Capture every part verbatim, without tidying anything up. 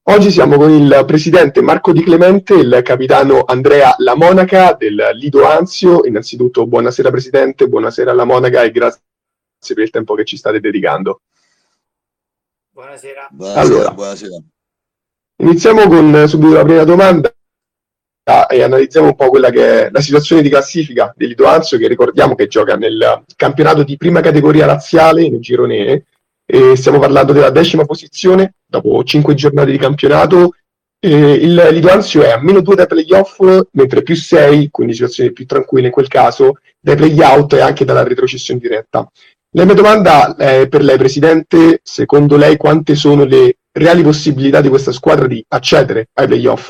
Oggi siamo con il presidente Marco Di Clemente e il capitano Andrea La Monaca del Lido Anzio. Innanzitutto buonasera presidente, buonasera alla Monaca e grazie per il tempo che ci state dedicando. Buonasera. Buonasera, Allora, buonasera. iniziamo con subito la prima domanda e analizziamo un po' quella che è la situazione di classifica del Lido Anzio, che ricordiamo che gioca nel campionato di prima categoria razziale nel girone E. E stiamo parlando della decima posizione dopo cinque giornate di campionato. Eh, il Lido Anzio è a meno due dai playoff, mentre più sei, quindi situazione più tranquilla in quel caso, dai playout e anche dalla retrocessione diretta. La mia domanda è per lei, presidente: secondo lei quante sono le reali possibilità di questa squadra di accedere ai playoff?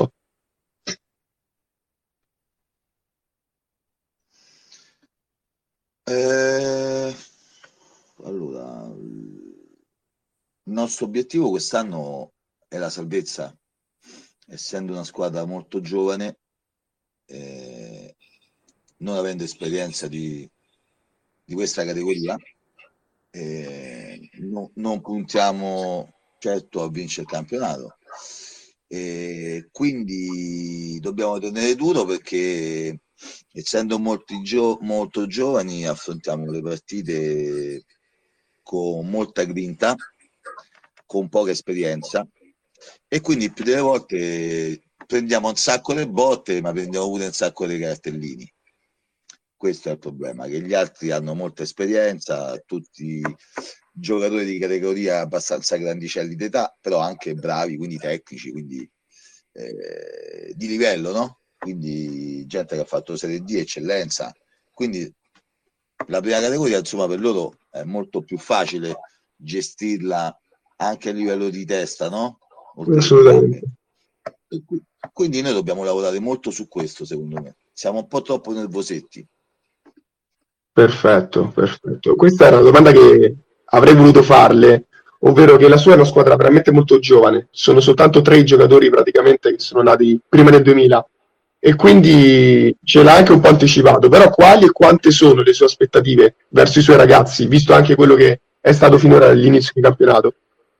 Eh, allora, il nostro obiettivo quest'anno è la salvezza, essendo una squadra molto giovane, eh, non avendo esperienza di, di questa categoria, eh, no- non puntiamo certo a vincere il campionato. E quindi dobbiamo tenere duro perché, essendo molti gio- molto giovani, affrontiamo le partite con molta grinta, con poca esperienza, e quindi il più delle volte prendiamo un sacco di botte, ma prendiamo pure un sacco di cartellini. Questo è il problema, che gli altri hanno molta esperienza, tutti giocatori di categoria abbastanza grandicelli d'età, però anche bravi, quindi tecnici, quindi eh, di livello, no? Quindi gente che ha fatto Serie D, eccellenza. Quindi la prima categoria, insomma, per loro è molto più facile gestirla anche a livello di testa, no? Oltre che di gambe. Assolutamente. E qui- Quindi noi dobbiamo lavorare molto su questo, secondo me. Siamo un po' troppo nervosetti. Perfetto, perfetto. Questa era una domanda che avrei voluto farle, ovvero che la sua è una squadra veramente molto giovane. Sono soltanto tre i giocatori praticamente che sono nati prima del duemila e quindi ce l'ha anche un po' anticipato. Però quali e quante sono le sue aspettative verso i suoi ragazzi, visto anche quello che è stato finora all'inizio del campionato?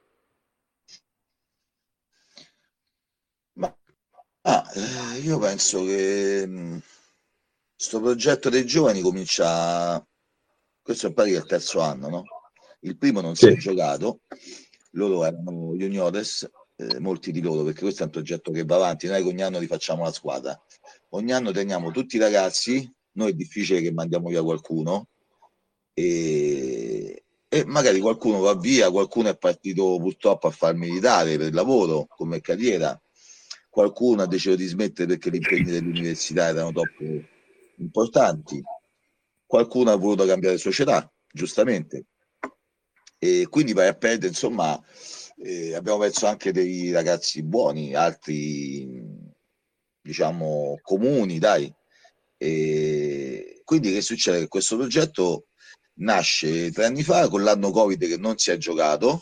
Ma ah, eh, io penso che questo progetto dei giovani comincia, questo è pari al terzo anno, no? Il primo non si Sì, è giocato, loro erano juniores, eh, molti di loro, perché questo è un progetto che va avanti, non è che ogni anno rifacciamo la squadra, ogni anno teniamo tutti i ragazzi, noi è difficile che mandiamo via qualcuno, e, e magari qualcuno va via, qualcuno è partito purtroppo a far militare per lavoro come carriera, qualcuno ha deciso di smettere perché gli impegni dell'università erano troppo importanti, qualcuno ha voluto cambiare società, giustamente, e quindi vai a perdere, insomma, eh, abbiamo perso anche dei ragazzi buoni, altri diciamo comuni, dai. E quindi che succede? Che questo progetto nasce tre anni fa con l'anno Covid che non si è giocato,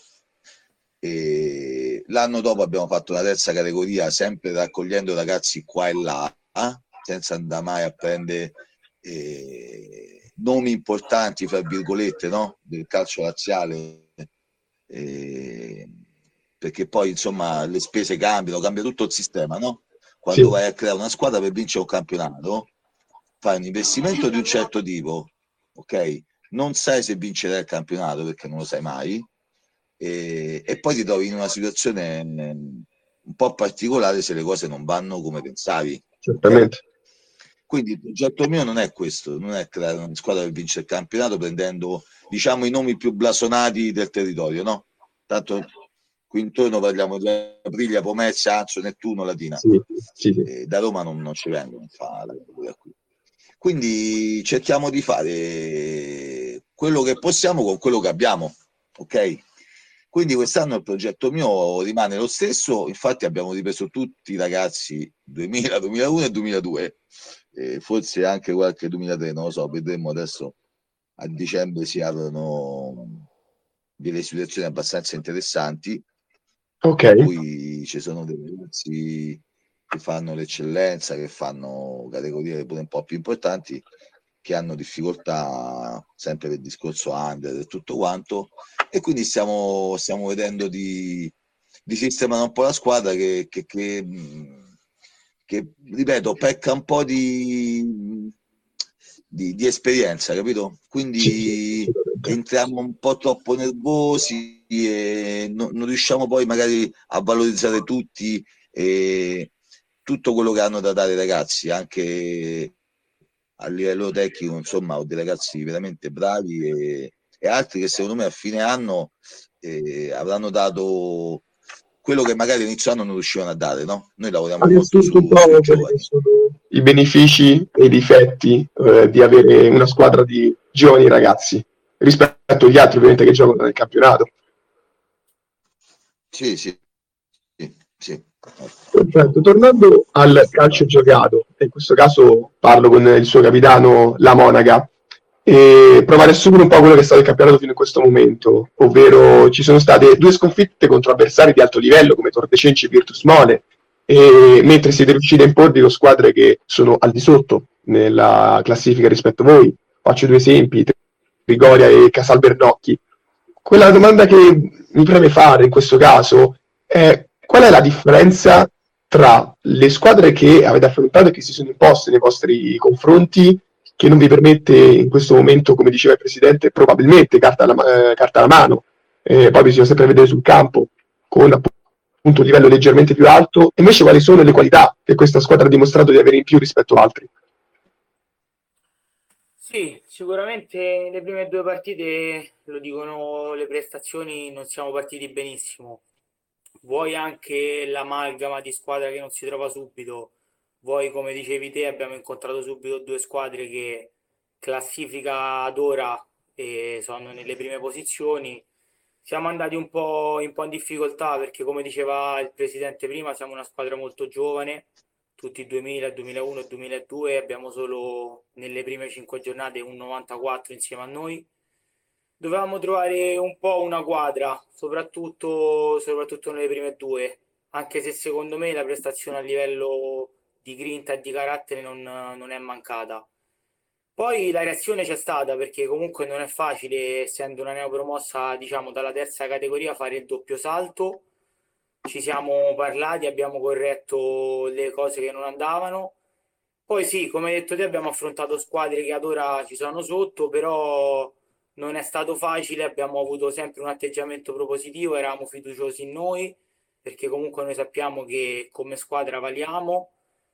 e l'anno dopo abbiamo fatto la terza categoria sempre raccogliendo ragazzi qua e là, eh, senza andare mai a prendere eh, nomi importanti, fra virgolette, no? Del calcio razziale, eh, perché poi insomma le spese cambiano, cambia tutto il sistema, no? Quando sì, vai a creare una squadra per vincere un campionato, fai un investimento di un certo tipo, ok? Non sai se vincerai il campionato perché non lo sai mai, e, e poi ti trovi in una situazione mm, un po' particolare se le cose non vanno come pensavi, ok? certamente. Quindi il progetto mio non è questo, non è creare una squadra per vincere il campionato prendendo, diciamo, i nomi più blasonati del territorio, no? Tanto qui intorno parliamo di Aprilia, Pomezia, Anzo, Nettuno, Latina. Sì, sì, sì. E da Roma non, non ci vengono a fare la categoria qui. Quindi cerchiamo di fare quello che possiamo con quello che abbiamo, ok? Quindi quest'anno il progetto mio rimane lo stesso, infatti abbiamo ripreso tutti i ragazzi duemila, duemilauno e duemiladue, e forse anche qualche duemilatré, non lo so, vedremo adesso. A dicembre si aprono delle situazioni abbastanza interessanti, Ok, in cui ci sono dei ragazzi che fanno l'eccellenza, che fanno categorie pure un po' più importanti, che hanno difficoltà sempre per il discorso under e tutto quanto, e quindi stiamo, stiamo vedendo di, di sistemare un po' la squadra che, che, che, che ripeto, pecca un po' di, di, di esperienza, capito? Quindi Sì, sì, entriamo un po' troppo nervosi e no, non riusciamo poi magari a valorizzare tutti e tutto quello che hanno da dare i ragazzi, anche a livello tecnico. Insomma, ho dei ragazzi veramente bravi e, e altri che secondo me a fine anno eh, avranno dato quello che magari inizio anno non riuscivano a dare, no? Noi lavoriamo molto riassunto un su, po' sui quelli che giovani. sono i benefici e i difetti eh, di avere una squadra di giovani ragazzi rispetto agli altri ovviamente che giocano nel campionato. Sì, sì, sì, sì. Perfetto, tornando al calcio giocato, in questo caso parlo con il suo capitano La Monaca, e provare a assumere un po' quello che è stato il campionato fino a questo momento, ovvero ci sono state due sconfitte contro avversari di alto livello come Tordecenci e Virtus Mole, e mentre siete riusciti a imporvi con squadre che sono al di sotto nella classifica rispetto a voi. Faccio due esempi, Trigoria e Casalbernocchi. Quella domanda che mi preme fare in questo caso è: qual è la differenza tra le squadre che avete affrontato e che si sono imposte nei vostri confronti, che non vi permette in questo momento, come diceva il Presidente, probabilmente carta alla, eh, carta alla mano, eh, poi bisogna sempre vedere sul campo, con appunto un livello leggermente più alto, e invece quali sono le qualità che questa squadra ha dimostrato di avere in più rispetto ad altri? Sì, sicuramente nelle prime due partite, lo dicono le prestazioni, non siamo partiti benissimo. Vuoi anche l'amalgama di squadra che non si trova subito, vuoi come dicevi te abbiamo incontrato subito due squadre che classifica ad ora e sono nelle prime posizioni. Siamo andati un po' in po' in difficoltà perché come diceva il presidente prima siamo una squadra molto giovane, tutti duemila, duemilauno e duemiladue, abbiamo solo nelle prime cinque giornate un novantaquattro insieme a noi. Dovevamo trovare un po' una quadra, soprattutto, soprattutto nelle prime due, anche se secondo me la prestazione a livello di grinta e di carattere non, non è mancata. Poi la reazione c'è stata perché comunque non è facile, essendo una neopromossa, diciamo, dalla terza categoria, fare il doppio salto. Ci siamo parlati, abbiamo corretto le cose che non andavano. Poi sì, come hai detto te, abbiamo affrontato squadre che ad ora ci sono sotto, però non è stato facile, abbiamo avuto sempre un atteggiamento propositivo, eravamo fiduciosi in noi, perché comunque noi sappiamo che come squadra valiamo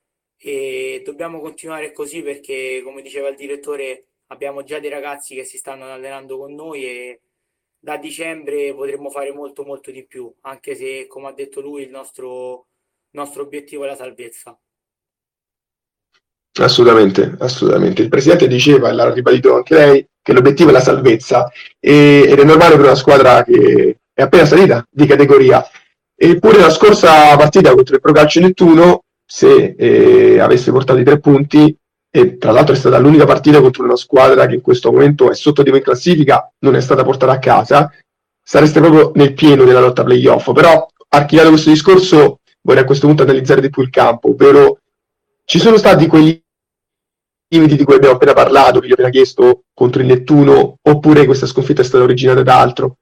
e dobbiamo continuare così perché, come diceva il direttore, abbiamo già dei ragazzi che si stanno allenando con noi e da dicembre potremmo fare molto molto di più, anche se, come ha detto lui, il nostro, nostro obiettivo è la salvezza. Assolutamente, assolutamente. Il Presidente diceva, e l'ha ribadito anche lei, che l'obiettivo è la salvezza, e, ed è normale per una squadra che è appena salita di categoria. Eppure la scorsa partita contro il Procalcio Nettuno, se eh, avesse portato i tre punti, e tra l'altro è stata l'unica partita contro una squadra che in questo momento è sotto di voi in classifica, non è stata portata a casa, sareste proprio nel pieno della lotta playoff. Però, archiviato questo discorso, vorrei a questo punto analizzare di più il campo, ovvero ci sono stati quegli limiti di cui abbiamo appena parlato, che gli ho appena chiesto contro il Nettuno, oppure questa sconfitta è stata originata da altro?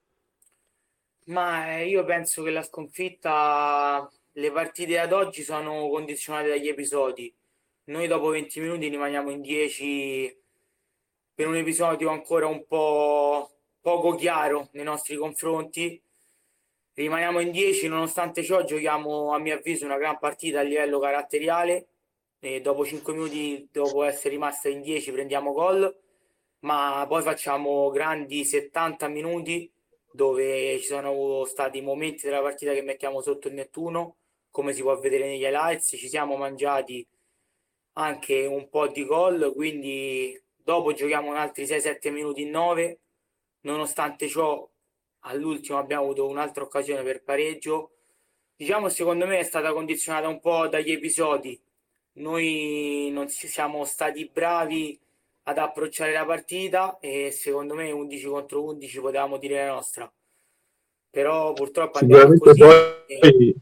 Ma eh, io penso che la sconfitta, le partite ad oggi sono condizionate dagli episodi. Noi dopo venti minuti rimaniamo in dieci per un episodio ancora un po' poco chiaro nei nostri confronti. Rimaniamo in dieci, nonostante ciò giochiamo a mio avviso una gran partita a livello caratteriale e dopo cinque minuti, dopo essere rimasta in dieci, prendiamo gol, ma poi facciamo grandi settanta minuti dove ci sono stati momenti della partita che mettiamo sotto il Nettuno, come si può vedere negli highlights, ci siamo mangiati anche un po' di gol, quindi dopo giochiamo altri sei sette minuti in nove, nonostante ciò all'ultimo abbiamo avuto un'altra occasione per pareggio. Diciamo, secondo me è stata condizionata un po' dagli episodi. Noi non siamo stati bravi ad approcciare la partita e secondo me undici contro undici potevamo dire la nostra. Però purtroppo è andata Sicuramente così. E... poi,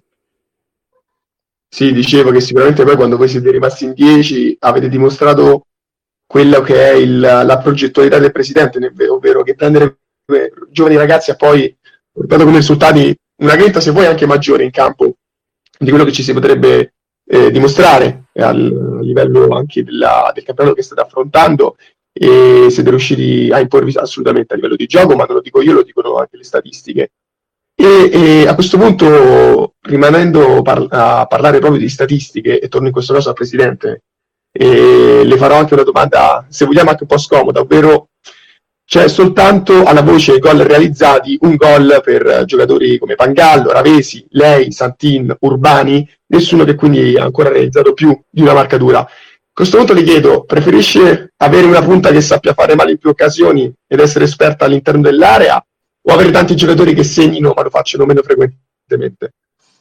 sì, dicevo che sicuramente poi quando voi siete rimasti in dieci avete dimostrato quello che è il, la progettualità del Presidente, ovvero che prendere giovani ragazzi ha poi portato come risultati una grinta se vuoi anche maggiore in campo di quello che ci si potrebbe eh, dimostrare al, a livello anche della, del campionato che state affrontando, e siete riusciti a imporvi assolutamente a livello di gioco, ma non lo dico io, lo dicono anche le statistiche. E, e a questo punto, rimanendo par- a parlare proprio di statistiche, e torno in questo caso al Presidente, e le farò anche una domanda, se vogliamo anche un po' scomoda, ovvero c'è soltanto alla voce gol realizzati un gol per giocatori come Pangallo, Ravesi, Lei, Santin, Urbani, nessuno che quindi ha ancora realizzato più di una marcatura. A questo punto le chiedo, preferisce avere una punta che sappia fare male in più occasioni ed essere esperta all'interno dell'area, o avere tanti giocatori che segnino ma lo facciano meno frequentemente?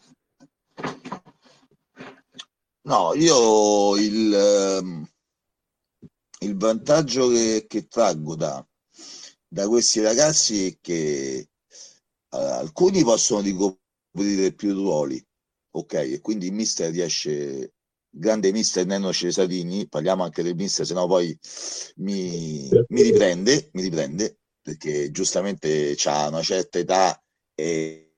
No, io il, ehm, il vantaggio che, che traggo da, da questi ragazzi è che eh, alcuni possono ricoprire più ruoli, ok? E quindi il mister riesce, grande mister Nenno Cesarini, parliamo anche del mister, sennò poi mi, mi riprende, mi riprende, perché giustamente ha una certa età e,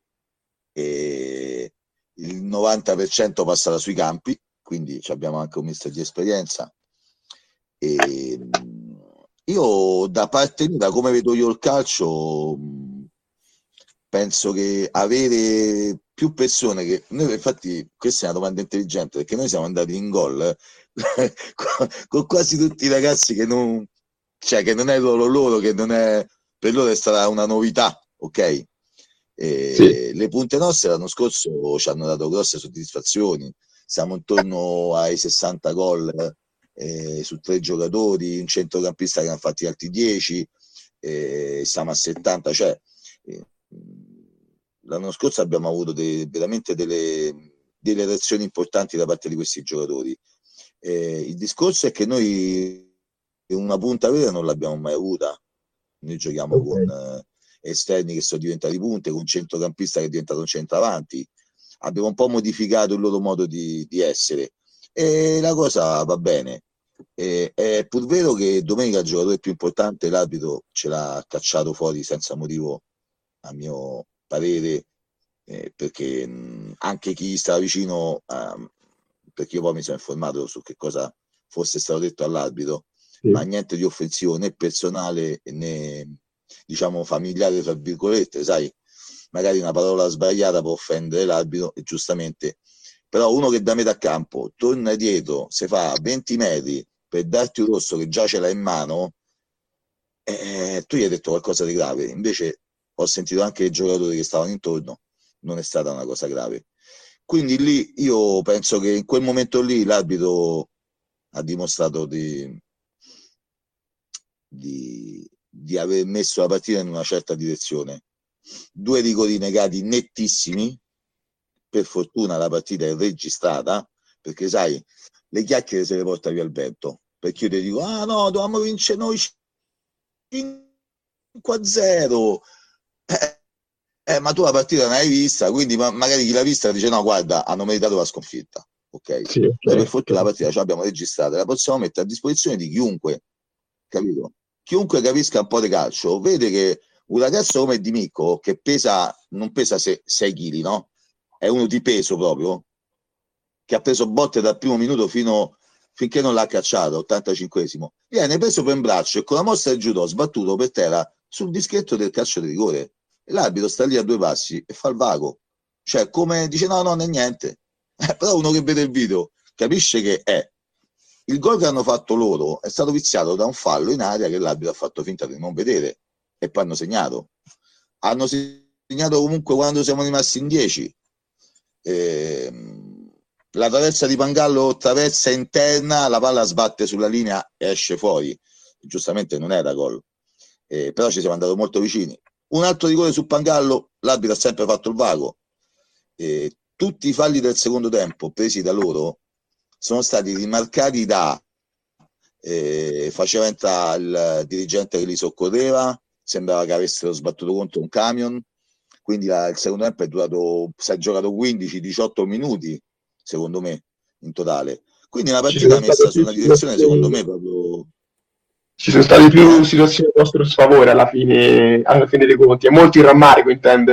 e il novanta per cento passata sui campi, quindi abbiamo anche un mister di esperienza. E io da parte mia, da come vedo io il calcio, penso che avere più persone che noi, infatti questa è una domanda intelligente, perché noi siamo andati in gol eh, con, con quasi tutti i ragazzi che non, cioè che non è loro loro, che non è, per loro è stata una novità, ok? E Sì. le punte nostre l'anno scorso ci hanno dato grosse soddisfazioni, siamo intorno ai sessanta gol eh, su tre giocatori, un centrocampista che ne ha fatti altri dieci, eh, siamo a settanta, cioè eh, l'anno scorso abbiamo avuto de- veramente delle, delle reazioni importanti da parte di questi giocatori. Eh, il discorso è che noi una punta vera non l'abbiamo mai avuta, noi giochiamo okay. con eh, esterni che sono diventati punte, con un centrocampista che è diventato un centravanti, abbiamo un po' modificato il loro modo di, di essere e la cosa va bene. E, è pur vero che domenica il giocatore più importante, l'arbitro, ce l'ha cacciato fuori senza motivo, a mio parere, eh, perché mh, anche chi stava vicino, um, perché io poi mi sono informato su che cosa fosse stato detto all'arbitro, sì. Ma niente di offensivo né personale né diciamo familiare, tra virgolette, sai, magari una parola sbagliata può offendere l'arbitro e giustamente, però uno che da metà campo torna dietro, se fa venti metri per darti un rosso che già ce l'ha in mano, eh, tu gli hai detto qualcosa di grave. Invece ho sentito anche i giocatori che stavano intorno, non è stata una cosa grave. Quindi lì io penso che in quel momento lì l'arbitro ha dimostrato di, di, di aver messo la partita in una certa direzione. Due rigori negati nettissimi, per fortuna la partita è registrata, perché sai, le chiacchiere se le porta via il vento, perché io ti dico, ah no, dovevamo vincere noi cinque a zero, eh, eh, ma tu la partita non l'hai vista, quindi ma, magari chi l'ha vista dice no, guarda, hanno meritato la sconfitta, ok? Sì, okay noi per fortuna okay. La partita ce l'abbiamo registrata, la possiamo mettere a disposizione di chiunque, capito? Chiunque capisca un po' di calcio, vede che un ragazzo come Di Micco, che pesa, non pesa sei chili, no? È uno di peso proprio, che ha preso botte dal primo minuto fino finché non l'ha cacciato, ottantacinquesimo, viene preso per un braccio e con la mossa del judo sbattuto per terra sul dischetto del calcio di rigore. E l'arbitro sta lì a due passi e fa il vago. Cioè, come dice no, no, non è niente. Eh, però uno che vede il video capisce che è. Il gol che hanno fatto loro è stato viziato da un fallo in aria che l'arbitro ha fatto finta di non vedere e poi hanno segnato. Hanno segnato comunque quando siamo rimasti in dieci. Ehm, la traversa di Pangallo, traversa interna, la palla sbatte sulla linea e esce fuori, giustamente non era gol, eh, però ci siamo andati molto vicini. Un altro rigore su Pangallo, l'arbitro ha sempre fatto il vago, eh, tutti i falli del secondo tempo presi da loro sono stati rimarcati da eh, faceva entrare il dirigente che li soccorreva, sembrava che avessero sbattuto contro un camion, quindi la, il secondo tempo è durato, si è giocato quindici diciotto minuti secondo me in totale, quindi una partita messa su una direzione secondo me proprio. Ci sono state più situazioni a vostro sfavore alla fine, alla fine dei conti, e molti in rammarico intende?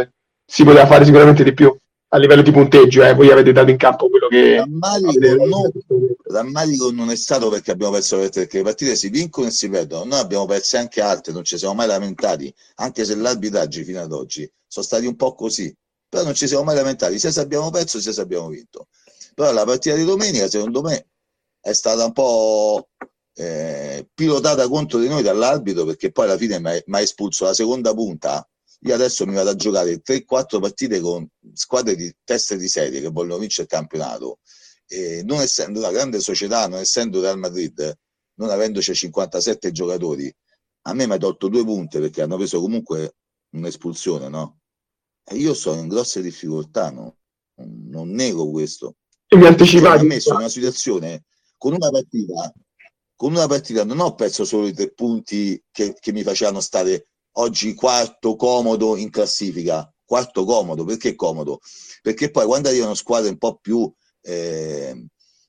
si poteva fare sicuramente di più a livello di punteggio, eh. Voi avete dato in campo quello che rammarico avete non, rammarico non è stato perché abbiamo perso, perché le partite si vincono e si perdono. Noi abbiamo perso anche altre, non ci siamo mai lamentati, anche se l'arbitraggio fino ad oggi sono stati un po' così, però non ci siamo mai lamentati, sia se abbiamo perso sia se abbiamo vinto. Però la partita di domenica secondo me è stata un po' eh, pilotata contro di noi dall'arbitro, perché poi alla fine mi ha espulso la seconda punta. Io adesso mi vado a giocare tre quattro partite con squadre di teste di serie che vogliono vincere il campionato, e non essendo una grande società, non essendo Real Madrid, non avendoci cinquantasette giocatori, a me mi ha tolto due punte perché hanno preso comunque un'espulsione, no? E io sono in grosse difficoltà, no? Non nego questo. E mi Cioè, mi anticipate. ha messo in una situazione, con una partita, con una partita non ho perso solo i tre punti che, che mi facevano stare oggi quarto comodo in classifica, quarto comodo. Perché comodo? Perché poi quando arrivano squadre un po' più eh,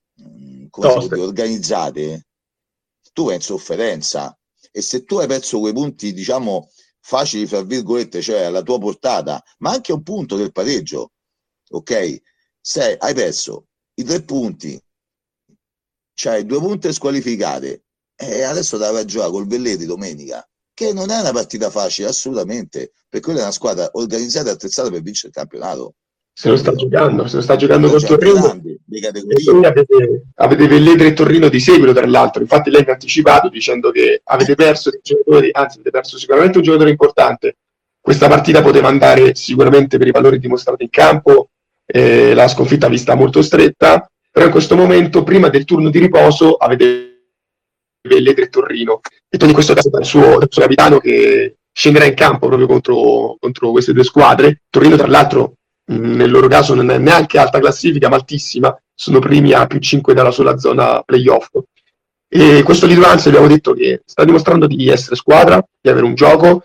come si può dire, organizzate, tu vai in sofferenza, e se tu hai perso quei punti diciamo facili fra virgolette, cioè alla tua portata, ma anche un punto del pareggio, ok? Se hai perso i tre punti, c'hai due punti squalificate, e adesso te la vai a giocare col Velletri domenica, che non è una partita facile assolutamente, perché quella è una squadra organizzata e attrezzata per vincere il campionato. Se lo sta giocando, se lo sta giocando con Torino. Grandi, di categoria. Avete, avete Velletri e Torino di seguito, tra l'altro. Infatti lei mi ha anticipato dicendo che avete perso dei giocatori, anzi avete perso sicuramente un giocatore importante. Questa partita poteva andare sicuramente per i valori dimostrati in campo, eh, la sconfitta vista molto stretta, però in questo momento, prima del turno di riposo, avete Velletri e Torino, e in questo caso dal suo, dal suo capitano che scenderà in campo proprio contro, contro queste due squadre. Torino tra l'altro nel loro caso non è neanche alta classifica, ma altissima, sono primi a più cinque dalla sola zona playoff. E questo Liduanzi abbiamo detto che sta dimostrando di essere squadra, di avere un gioco,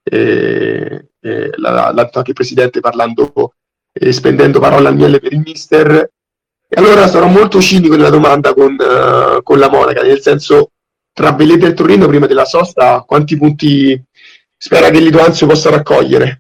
e, e l'ha detto anche il presidente parlando e spendendo parole al miele per il mister. E allora sarò molto cinico nella domanda con, uh, con la Monaca, nel senso, tra Velletri e Torino prima della sosta, quanti punti spera che il Liduanzio possa raccogliere?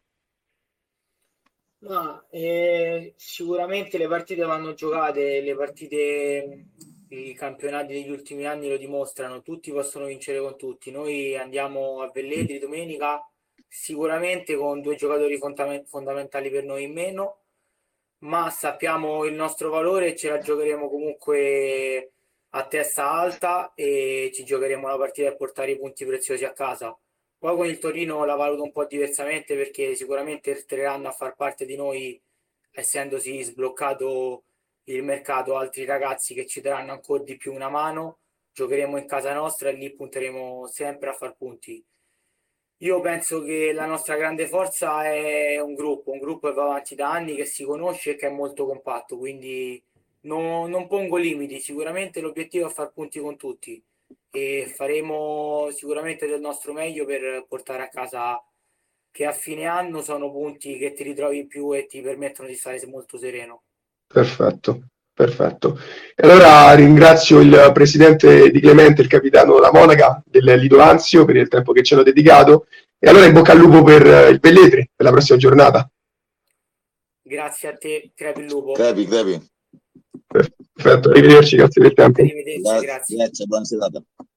Ma, eh, sicuramente le partite vanno giocate, le partite, i campionati degli ultimi anni lo dimostrano, tutti possono vincere con tutti. Noi andiamo a Velletri domenica sicuramente con due giocatori fondament- fondamentali per noi in meno, ma sappiamo il nostro valore e ce la giocheremo comunque a testa alta e ci giocheremo la partita per portare i punti preziosi a casa. Poi con il Torino la valuto un po' diversamente perché sicuramente entreranno a far parte di noi, essendosi sbloccato il mercato, altri ragazzi che ci daranno ancora di più una mano. Giocheremo in casa nostra e lì punteremo sempre a far punti. Io penso che la nostra grande forza è un gruppo, un gruppo che va avanti da anni, che si conosce e che è molto compatto, quindi no- non pongo limiti, sicuramente l'obiettivo è far punti con tutti e faremo sicuramente del nostro meglio per portare a casa che a fine anno sono punti che ti ritrovi in più e ti permettono di stare molto sereno. Perfetto, perfetto. E allora ringrazio il presidente di Clemente, il capitano La Monaca del Lido Anzio per il tempo che ci hanno dedicato, e allora in bocca al lupo per il Velletri per la prossima giornata. Grazie a te, crepi il lupo. Crepi, crepi. Perfetto, arrivederci, grazie per il tempo. Arrivederci, Grazie, grazie. grazie, buona serata.